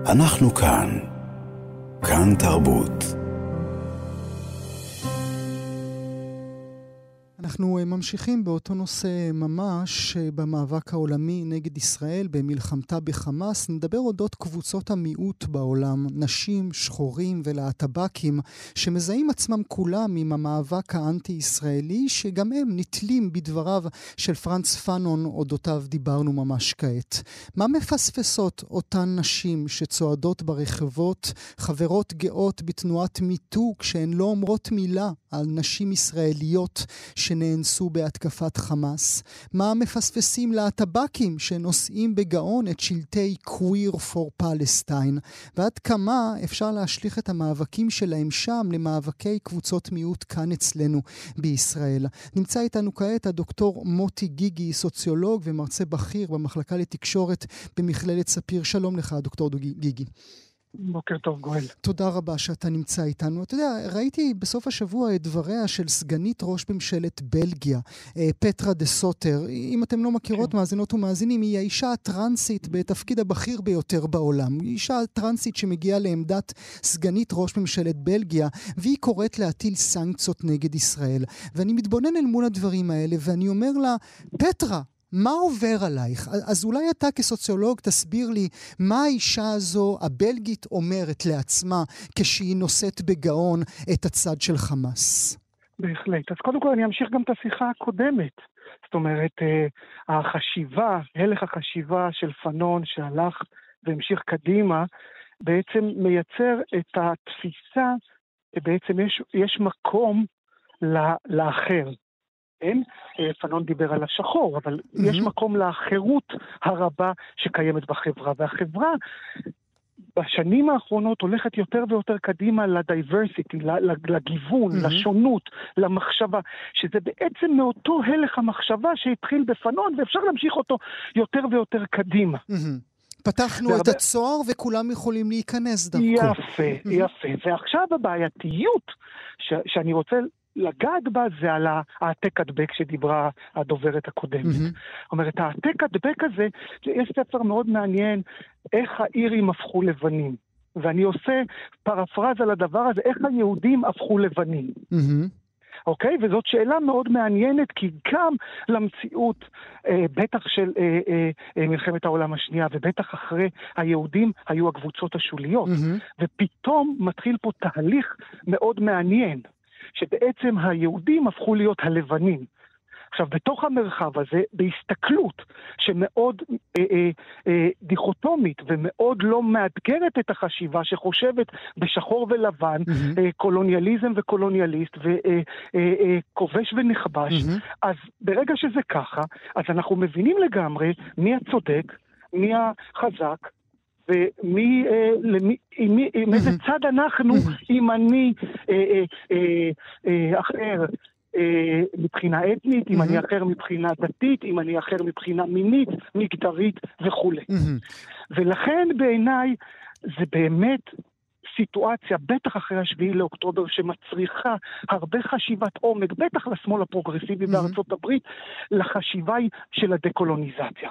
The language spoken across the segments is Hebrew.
אנחנו כאן. כאן תרבות. אנחנו ממשיכים באותו נושא ממש במאבק העולמי נגד ישראל במלחמתה בחמאס. נדבר אודות קבוצות המיעוט בעולם, נשים, שחורים ולהטבקים, שמזהים עצמם כולם עם המאבק האנטי-ישראלי, שגם הם נתלים בדבריו של פרנץ פאנון, אודותיו דיברנו ממש כעת. מה מפספסות אותן נשים שצועדות ברחובות, חברות גאות בתנועת מיטו, כשהן לא אומרות מילה על נשים ישראליות שנאנסו בהתקפת חמאס? מה מפספסים להטבקים שנושאים בגאון את שלטי Queer for Palestine? ועד כמה אפשר להשליך את המאבקים שלהם שם למאבקי קבוצות מיעוט כאן אצלנו בישראל? נמצא איתנו כעת הדוקטור מוטי גיגי, סוציולוג ומרצה בכיר במחלקה לתקשורת במכללת ספיר. שלום לך, דוקטור גיגי. בוקר טוב, גואל. תודה רבה שאתה נמצא איתנו. אתה יודע, ראיתי בסוף השבוע את דבריה של סגנית ראש ממשלת בלגיה, פטרה דה סוטר. אם אתם לא מכירות, מאזינות ומאזינים, היא האישה הטרנסית בתפקיד הבכיר ביותר בעולם. היא אישה טרנסית שמגיעה לעמדת סגנית ראש ממשלת בלגיה, והיא קוראת להטיל סנקציות נגד ישראל. ואני מתבונן אל מול הדברים האלה, ואני אומר לה, פטרה, מה עובר עלייך? אז אולי אתה כסוציולוג תסביר לי מה האישה הזו הבלגית אומרת לעצמה כשהיא נושאת בגאון את הצד של חמאס. בהחלט. אז קודם כל אני אמשיך גם את השיחה הקודמת. זאת אומרת, הלך החשיבה של פאנון שהלך והמשיך קדימה, בעצם מייצר את התפיסה, בעצם יש מקום לאחר. אין? פאנון דיבר על השחור, אבל יש מקום לאחרות הרבה שקיימת בחברה, והחברה בשנים האחרונות הולכת יותר ויותר קדימה לדייברסיטי, לגיוון, לשונות, למחשבה, שזה בעצם מאותו הלך המחשבה שהתחיל בפאנון, ואפשר להמשיך אותו יותר ויותר קדימה. פתחנו את הצוהר וכולם יכולים להיכנס דרכו. יפה, יפה. ועכשיו הבעייתיות שאני רוצה לגעת בה זה על העתק הדבק שדיברה הדוברת הקודמת. זאת אומרת, העתק הדבק הזה, יש ספר מאוד מעניין, איך האירים הפכו לבנים. ואני עושה פרפרז על הדבר הזה, איך היהודים הפכו לבנים. אוקיי? וזאת שאלה מאוד מעניינת, כי גם למציאות, בטח של מלחמת העולם השנייה, ובטח אחרי היהודים היו הקבוצות השוליות. ופתאום מתחיל פה תהליך מאוד מעניין. שבעצם היהודים הפכו להיות הלבנים. עכשיו, בתוך המרחב הזה, בהסתכלות שמאוד דיכוטומית ומאוד לא מאתגרת את החשיבה, שחושבת בשחור ולבן, קולוניאליזם וקולוניאליסט, וכובש ונכבש, אז ברגע שזה ככה, אז אנחנו מבינים לגמרי מי הצודק, מי החזק, עם איזה צד אנחנו, אם אני אחר מבחינה אתנית, אם אני אחר מבחינה דתית, אם אני אחר מבחינה מינית, מגדרית וכו'. ולכן בעיניי זה באמת סיטואציה, בטח אחרי 7 לאוקטובר, שמצריכה הרבה חשיבת עומק, בטח לשמאל הפרוגרסיבי בארצות הברית, לחשיבה של הדקולוניזציה.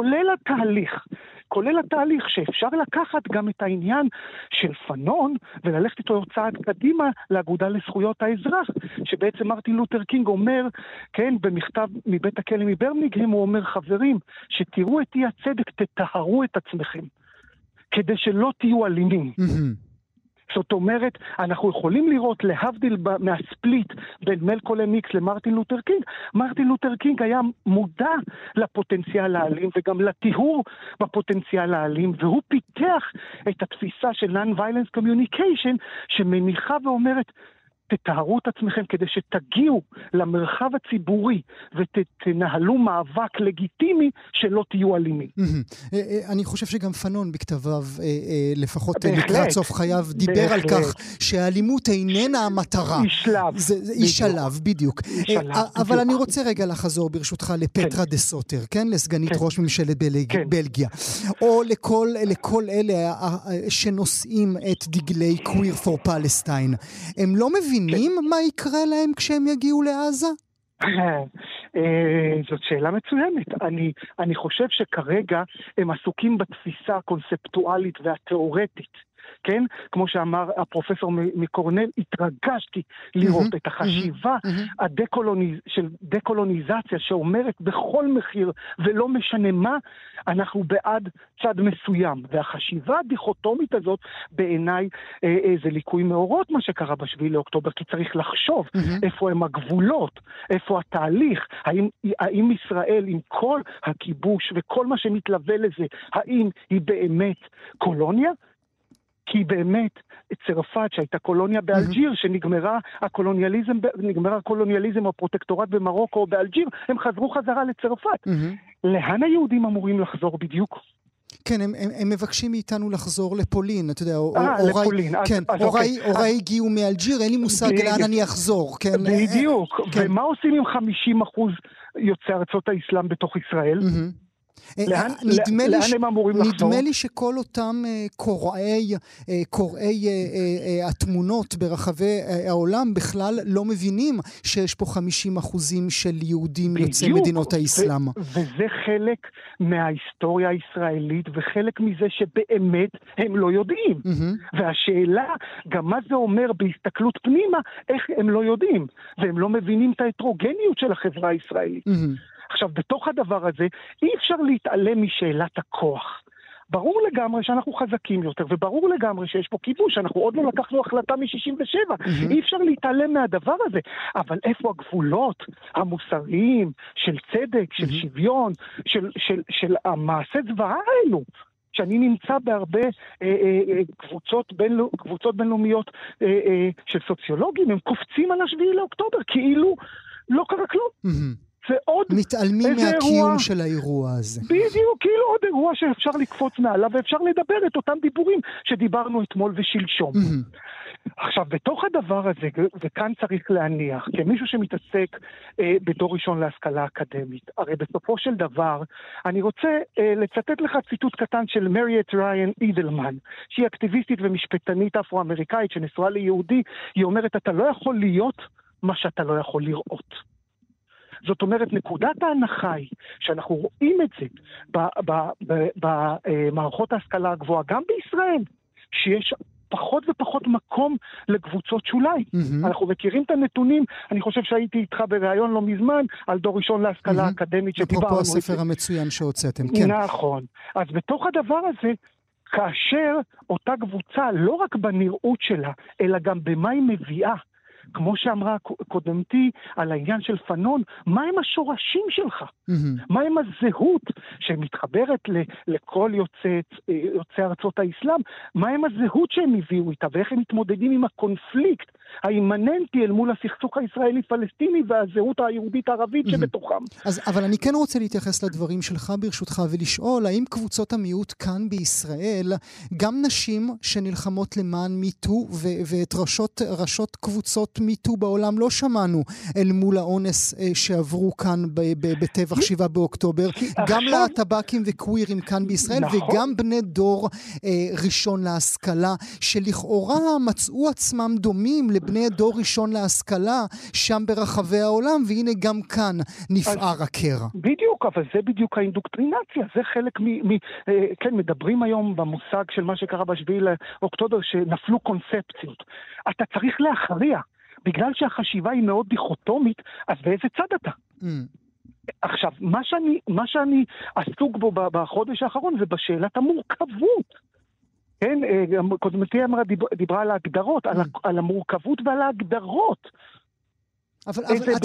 כולל התהליך שאפשר לקחת גם את העניין של פאנון, וללכת איתו צעד קדימה לאגודה לזכויות האזרח, שבעצם מרטין לותר קינג אומר, כן, במכתב מבית הכלא מברמינגהם, הוא אומר, חברים, שתראו את אי הצדק, תטהרו את עצמכם, כדי שלא תהיו אלימים. זאת אומרת, אנחנו יכולים לראות להבדיל מהספליט בין מלקולם איקס למרטין לותר קינג. מרטין לותר קינג היה מודע לפוטנציאל האלים וגם לטיהור בפוטנציאל האלים, והוא פיתח את התפיסה של Non-Violence Communication, שמניחה ואומרת, תטהרו את עצמכם כדי שתגיעו למרחב הציבורי ותנהלו מאבק לגיטימי שלא תהיו אלימים. אני חושב שגם פאנון בכתביו, לפחות לקראת סוף חייו, דיבר על כך שהאלימות איננה המטרה. היא שלב, בדיוק. אבל אני רוצה רגע לחזור ברשותך לפטרה דה סוטר, כן? לסגנית ראש ממשלת בלגיה. או לכל אלה שנושאים את דגלי Queer for Palestine. הם לא מבינים מה יקרה להם כשהם יגיעו לעזה? זאת שאלה מצוינת. אני חושב שכרגע הם עסוקים בתפיסה הקונספטואלית והתיאורטית. כן? כמו שאמר הפרופסור מקורנל, התרגשתי לראות את החשיבה של דקולוניזציה שאומרת בכל מחיר ולא משנה מה, אנחנו בעד צד מסוים. והחשיבה הדיכוטומית הזאת בעיניי זה ליקוי מאורות מה שקרה ב7 לאוקטובר, כי צריך לחשוב איפה הם הגבולות, איפה התהליך, האם ישראל עם כל הכיבוש וכל מה שמתלווה לזה, האם היא באמת קולוניה? כי באמת צרפת שהייתה קולוניה באלג'יר, שנגמרה הקולוניאליזם או הפרוטקטורט במרוקו או באלג'יר, הם חזרו חזרה לצרפת. לאן היהודים אמורים לחזור בדיוק? כן, הם מבקשים מאיתנו לחזור לפולין, אתה יודע, לפולין. כן, הוריי הגיעו מאלג'יר, אין לי מושג לאן אני אחזור, כן? בדיוק, ומה עושים עם 50% יוצאי ארצות האסלאם בתוך ישראל? לאן הם אמורים לחזור? נדמה לי שכל אותם קוראי התמונות ברחבי העולם בכלל לא מבינים שיש פה 50% של יהודים יוצאי מדינות האסלאם. וזה חלק מההיסטוריה הישראלית, וחלק מזה שבאמת הם לא יודעים. והשאלה, גם מה זה אומר בהסתכלות פנימה, איך הם לא יודעים, והם לא מבינים את ההטרוגניות של החברה הישראלית. עכשיו, בתוך הדבר הזה, אי אפשר להתעלם משאלת הכוח. ברור לגמרי שאנחנו חזקים יותר, וברור לגמרי שיש פה כיבוש, אנחנו עוד לא לקחנו החלטה מ-67, אי אפשר להתעלם מהדבר הזה, אבל איפה הגבולות המוסריים של צדק, של שוויון, של המעשה זוועה האלו? שאני נמצא בהרבה קבוצות בינלאומיות של סוציולוגים, הם קופצים על 7 לאוקטובר, כאילו לא קרה כלום. מתעלמים מהקיום של האירוע הזה. בדיוק, כאילו עוד אירוע שאפשר לקפוץ מעליו, ואפשר לדבר את אותם דיבורים שדיברנו אתמול ושלשום. עכשיו, בתוך הדבר הזה, וכאן צריך להניח, כמישהו שמתעסק בדור ראשון להשכלה אקדמית, הרי בסופו של דבר, אני רוצה לצטט לך ציטוט קטן של מריאט ריין אידלמן, שהיא אקטיביסטית ומשפטנית אפרו-אמריקאית שנשואה ליהודי, היא אומרת, אתה לא יכול להיות מה שאתה לא יכול לראות. זאת אומרת, נקודת ההנחה היא שאנחנו רואים את זה במערכות ההשכלה הגבוהה, גם בישראל, שיש פחות ופחות מקום לקבוצות שוליים. אנחנו מכירים את הנתונים, אני חושב שהייתי איתך בראיון לא מזמן, על דור ראשון להשכלה אקדמית שדיברנו. אפרופו הספר המצוין שהוצאתם, כן. נכון. אז בתוך הדבר הזה, כאשר אותה קבוצה, לא רק בנראות שלה, אלא גם במה היא מביאה, כמו שאמרה קודמתי על העניין של פנון, מה הם השורשים שלך? מה הם הזהות שמתחברת לכל יוצאי ארצות האסלאם? מה הם הזהות שהם הביאו איתה, ואיך הם מתמודדים עם הקונפליקט האימננטי אל מול הסכסוך הישראלי-פלסטיני והזהות היהודית הערבית שבתוכם. אבל אני כן רוצה להתייחס לדברים שלך ברשותך ולשאול, האם קבוצות המיעוט כאן בישראל, גם נשים שנלחמות למען מיטו ואת ראשות קבוצות מיטו בעולם לא שמענו אל מול האונס שעברו כאן בטבח 7 באוקטובר, גם להטבקים וקווירים כאן בישראל, וגם בני דור ראשון להשכלה, שלכאורה מצאו עצמם דומים לבני דור ראשון להשכלה שם ברחבי העולם, והנה גם כאן נפער הקרע. בדיוק, אבל זה בדיוק האינדוקטרינציה, זה חלק כן, מדברים היום במושג של מה שקרה ב7 לאוקטובר, שנפלו קונספציות. אתה צריך להכריע, בגלל שהחשיבה היא מאוד דיכוטומית, אז באיזה צד אתה? עכשיו, מה שאני עסוק בו בחודש האחרון, זה בשאלת המורכבות. כן, קודמתי דיברה על ההגדרות, על המורכבות ועל ההגדרות. אבל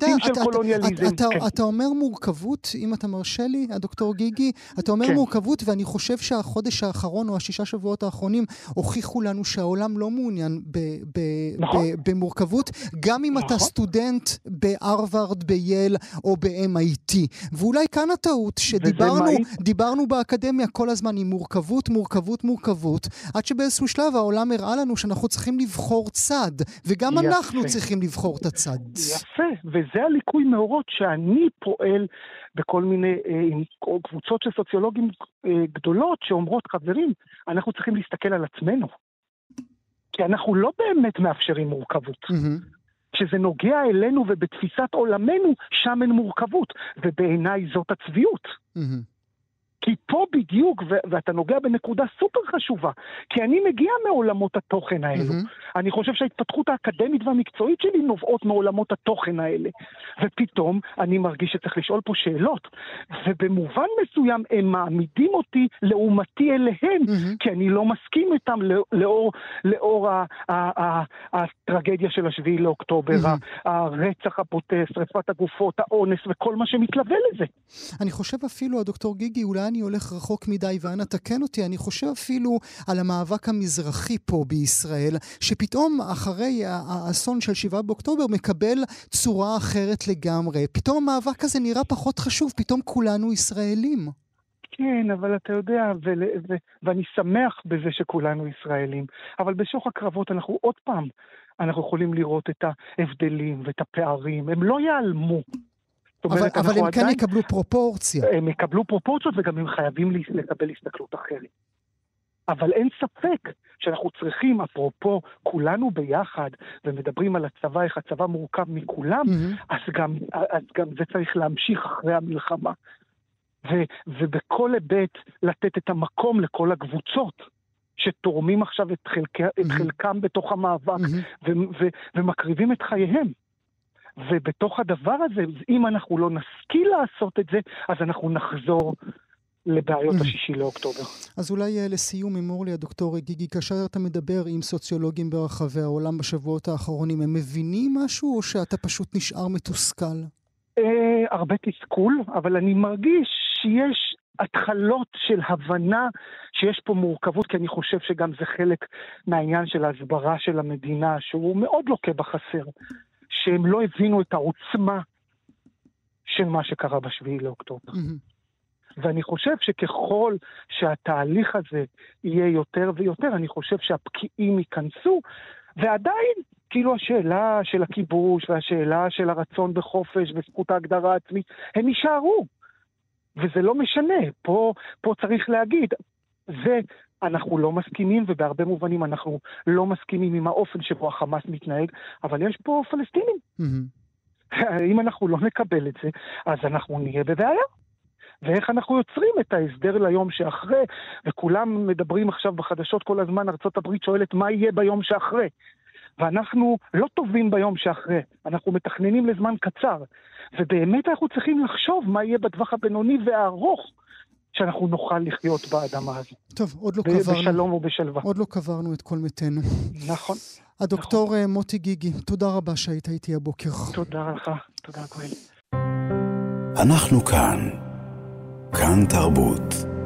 אתה אומר מורכבות, אם אתה מרשה לי, הדוקטור גיגי, אתה אומר מורכבות, ואני חושב שהחודש האחרון או 6 שבועות האחרונים הוכיחו לנו שהעולם לא מעוניין במורכבות, גם אם אתה סטודנט בהרווארד, בייל או ב-MIT. ואולי כאן הטעות שדיברנו באקדמיה כל הזמן עם מורכבות, עד שבאיזשהו שלב העולם הראה לנו שאנחנו צריכים לבחור צד, וגם אנחנו צריכים לבחור את הצד. יפה, וזה הליקוי מאורות שאני פועל בכל מיני קבוצות של סוציולוגים גדולות שאומרות, חברים, אנחנו צריכים להסתכל על עצמנו. כי אנחנו לא באמת מאפשרים מורכבות. כשזה נוגע אלינו ובתפיסת עולמנו, שם אין מורכבות. ובעיניי זאת הצביעות. כי פה בדיוק, ואתה נוגע בנקודה סופר חשובה, כי אני מגיע מעולמות התוכן האלו. אני חושב שההתפתחות האקדמית והמקצועית שלי נובעות מעולמות התוכן האלה. ופתאום אני מרגיש שצריך לשאול פה שאלות. ובמובן מסוים הם מעמידים אותי לעומתי אליהם, כי אני לא מסכים איתם לאור הטרגדיה של 7 לאוקטובר, הרצח הפוטה, שריפת הגופות, האונס וכל מה שמתלווה לזה. אני חושב אפילו, הדוקטור גיגי, אולי אני הולך רחוק מדי, ואנה תקן אותי, אני חושב אפילו על המאבק המזרחי פה בישראל, שפתאום אחרי האסון של 7 באוקטובר מקבל צורה אחרת לגמרי. פתאום המאבק הזה נראה פחות חשוב, פתאום כולנו ישראלים. כן, אבל אתה יודע, ואני שמח בזה שכולנו ישראלים, אבל בשוך הקרבות אנחנו עוד פעם, אנחנו יכולים לראות את ההבדלים ואת הפערים, הם לא ייעלמו. אבל הם כן יקבלו פרופורציה. הם יקבלו פרופורציות וגם הם חייבים לקבל הסתכלות אחרת. אבל אין ספק שאנחנו צריכים, אפרופו, כולנו ביחד, ומדברים על הצבא, איך הצבא מורכב מכולם, אז גם זה צריך להמשיך אחרי המלחמה. ובכל היבט לתת את המקום לכל הקבוצות, שתורמים עכשיו את חלקם בתוך המאבק, ומקריבים את חייהם. ובתוך הדבר הזה, אם אנחנו לא נשכיל לעשות את זה, אז אנחנו נחזור לבעיות 6 לאוקטובר. אז אולי לסיום, אמור לי הדוקטור גיגי, כאשר אתה מדבר עם סוציולוגים ברחבי העולם בשבועות האחרונים, הם מבינים משהו או שאתה פשוט נשאר מתוסכל? הרבה תסכול, אבל אני מרגיש שיש התחלות של הבנה שיש פה מורכבות, כי אני חושב שגם זה חלק מהעניין של ההסברה של המדינה, שהוא מאוד לוקה בחסר. שהם לא הבינו את העוצמה של מה שקרה ב7 לאוקטובר. ואני חושב שככל שהתהליך הזה יהיה יותר ויותר, אני חושב שהפקיעים ייכנסו, ועדיין, כאילו השאלה של הכיבוש, והשאלה של הרצון בחופש, וזכות ההגדרה העצמית, הם יישארו. וזה לא משנה. פה צריך להגיד, אנחנו לא מסכימים, ובהרבה מובנים אנחנו לא מסכימים עם האופן שבו החמאס מתנהג, אבל יש פה פלסטינים. אם אנחנו לא נקבל את זה, אז אנחנו נהיה בבעיה. ואיך אנחנו יוצרים את ההסדר ליום שאחרי, וכולם מדברים עכשיו בחדשות כל הזמן, ארצות הברית שואלת מה יהיה ביום שאחרי. ואנחנו לא טובים ביום שאחרי, אנחנו מתכננים לזמן קצר, ובאמת אנחנו צריכים לחשוב מה יהיה בטווח הבינוני והארוך, שאנחנו נוכל לחיות באדמה הזו. טוב, עוד לא קברנו. בשלום ובשלווה. עוד לא קברנו את כל מתנו. נכון. הדוקטור מוטי גיגי, תודה רבה שהיית איתי הבוקר. תודה לך, תודה גואל. אנחנו כאן תרבות.